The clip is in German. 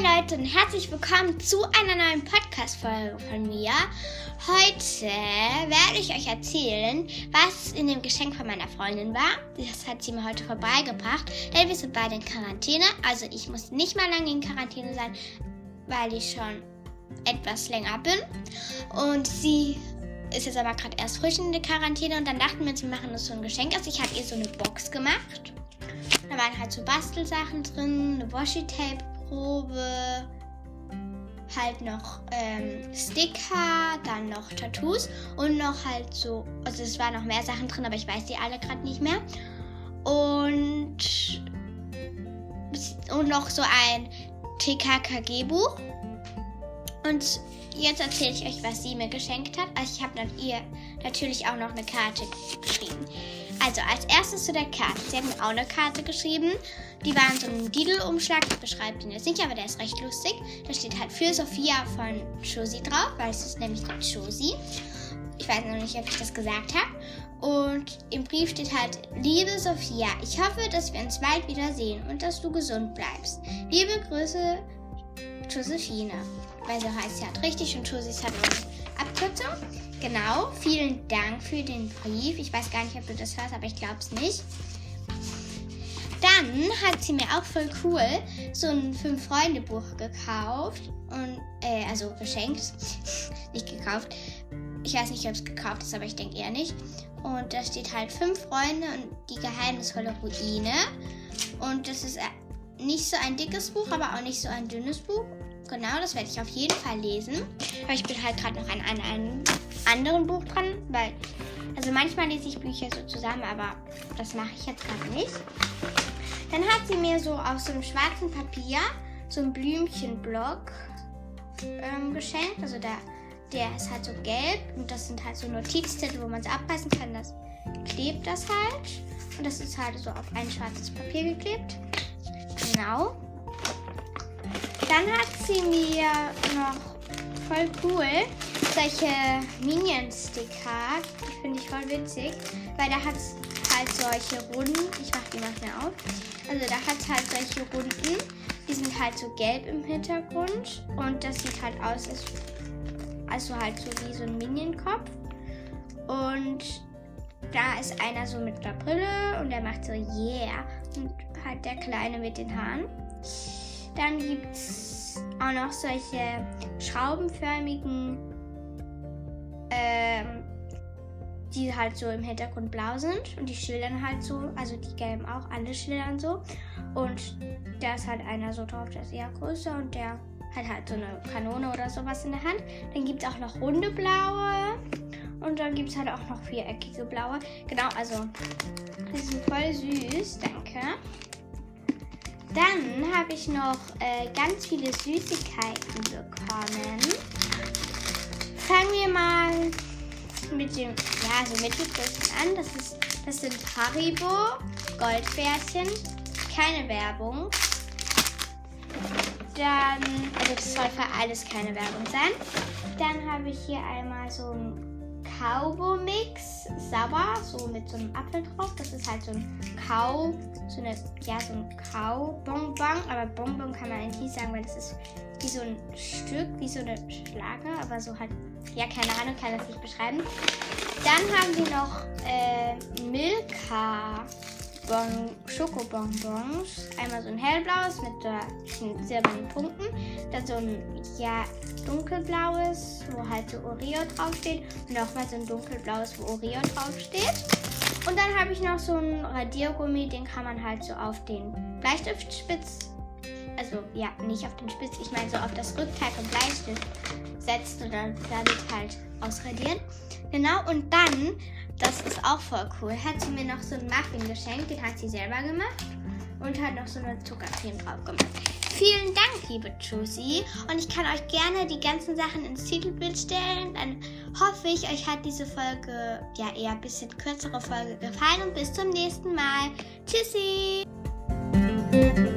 Leute und herzlich willkommen zu einer neuen Podcast-Folge von mir. Heute werde ich euch erzählen, was in dem Geschenk von meiner Freundin war. Das hat sie mir heute vorbeigebracht, denn wir sind beide in Quarantäne. Also ich muss nicht mal lange in Quarantäne sein, weil ich schon etwas länger bin. Und sie ist jetzt aber gerade erst frisch in der Quarantäne und dann dachten wir uns, wir machen uns so ein Geschenk. Also ich habe ihr so eine Box gemacht. Da waren halt so Bastelsachen drin, eine Washi-Tape-Probe, halt noch Sticker, dann noch Tattoos und noch halt so, also es waren noch mehr Sachen drin, aber ich weiß die alle gerade nicht mehr. Und noch so ein TKKG-Buch. Und jetzt erzähle ich euch, was sie mir geschenkt hat. Also ich habe ihr natürlich auch noch eine Karte geschrieben. Also als erstes zu der Karte. Sie hat mir auch eine Karte geschrieben. Die war in so einem Diddle-Umschlag. Ich beschreibe den jetzt nicht, aber der ist recht lustig. Da steht halt für Sophia von Josie drauf, weil es ist nämlich die Josie. Ich weiß noch nicht, ob ich das gesagt habe. Und im Brief steht halt: Liebe Sophia, ich hoffe, dass wir uns bald wiedersehen und dass du gesund bleibst. Liebe Grüße, Josephine. Weil so heißt sie halt richtig und Josie ist halt eine Abkürzung. Genau, vielen Dank für den Brief. Ich weiß gar nicht, ob du das hörst, aber ich glaube es nicht. Dann hat sie mir auch voll cool so ein 5-Freunde-Buch gekauft. Und, also geschenkt. Nicht gekauft. Ich weiß nicht, ob es gekauft ist, aber ich denke eher nicht. Und da steht halt 5 Freunde und die geheimnisvolle Ruine. Und das ist nicht so ein dickes Buch, aber auch nicht so ein dünnes Buch. Genau, das werde ich auf jeden Fall lesen. Aber ich bin halt gerade noch an einem anderen Buch dran, weil, also manchmal lese ich Bücher so zusammen, aber das mache ich jetzt gerade nicht. Dann hat sie mir so auf so einem schwarzen Papier so einen Blümchenblock geschenkt. Also der ist halt so gelb und das sind halt so Notizzettel, wo man es abreißen kann. Das klebt das halt. Und das ist halt so auf ein schwarzes Papier geklebt. Genau. Dann hat sie mir noch voll cool solche Minion-Sticker. Die finde ich voll witzig, weil da hat es halt solche Runden. Ich mache die mal schnell auf. Also da hat es halt solche Runden. Die sind halt so gelb im Hintergrund. Und das sieht halt aus, also halt so wie so ein Minion-Kopf. Und da ist einer so mit der Brille und der macht so yeah. Und halt der Kleine mit den Haaren. Dann gibt es auch noch solche schraubenförmigen, die halt so im Hintergrund blau sind und die schildern halt so, also die gelben auch, alle schildern so. Und da ist halt einer so drauf, der ist eher größer und der hat halt so eine Kanone oder sowas in der Hand. Dann gibt es auch noch runde blaue und dann gibt es halt auch noch viereckige blaue. Genau, also die sind voll süß, danke. Dann habe ich noch ganz viele Süßigkeiten bekommen. Fangen wir mal mit dem, ja, so mittelgrößten an. Das sind Haribo Goldbärchen. Keine Werbung. Dann, also das soll für alles keine Werbung sein. Dann habe ich hier einmal so ein Kaubo-Mix, sauer, so mit so einem Apfel drauf. Das ist halt so ein so ein Kaubonbon, aber Bonbon kann man eigentlich nicht sagen, weil das ist wie so ein Stück, wie so eine Schlage, aber so halt, ja, keine Ahnung, kann das nicht beschreiben. Dann haben wir noch Milka Schokobonbons. Einmal so ein hellblaues mit silbernen Punkten. Dann so ein, ja, dunkelblaues, wo halt so Oreo draufsteht. Und nochmal so ein dunkelblaues, wo Oreo draufsteht. Und dann habe ich noch so ein Radiergummi, den kann man halt so auf den Bleistiftspitz, also ja, nicht auf den Spitz, ich meine so auf das Rückteil vom Bleistift setzt und dann damit halt ausradieren. Genau, und dann, das ist auch voll cool, hat sie mir noch so einen Muffin geschenkt, den hat sie selber gemacht und hat noch so eine Zuckercreme drauf gemacht. Vielen Dank, liebe Josie. Und ich kann euch gerne die ganzen Sachen ins Titelbild stellen. Dann hoffe ich, euch hat diese Folge, ja, eher ein bisschen kürzere Folge gefallen. Und bis zum nächsten Mal. Tschüssi!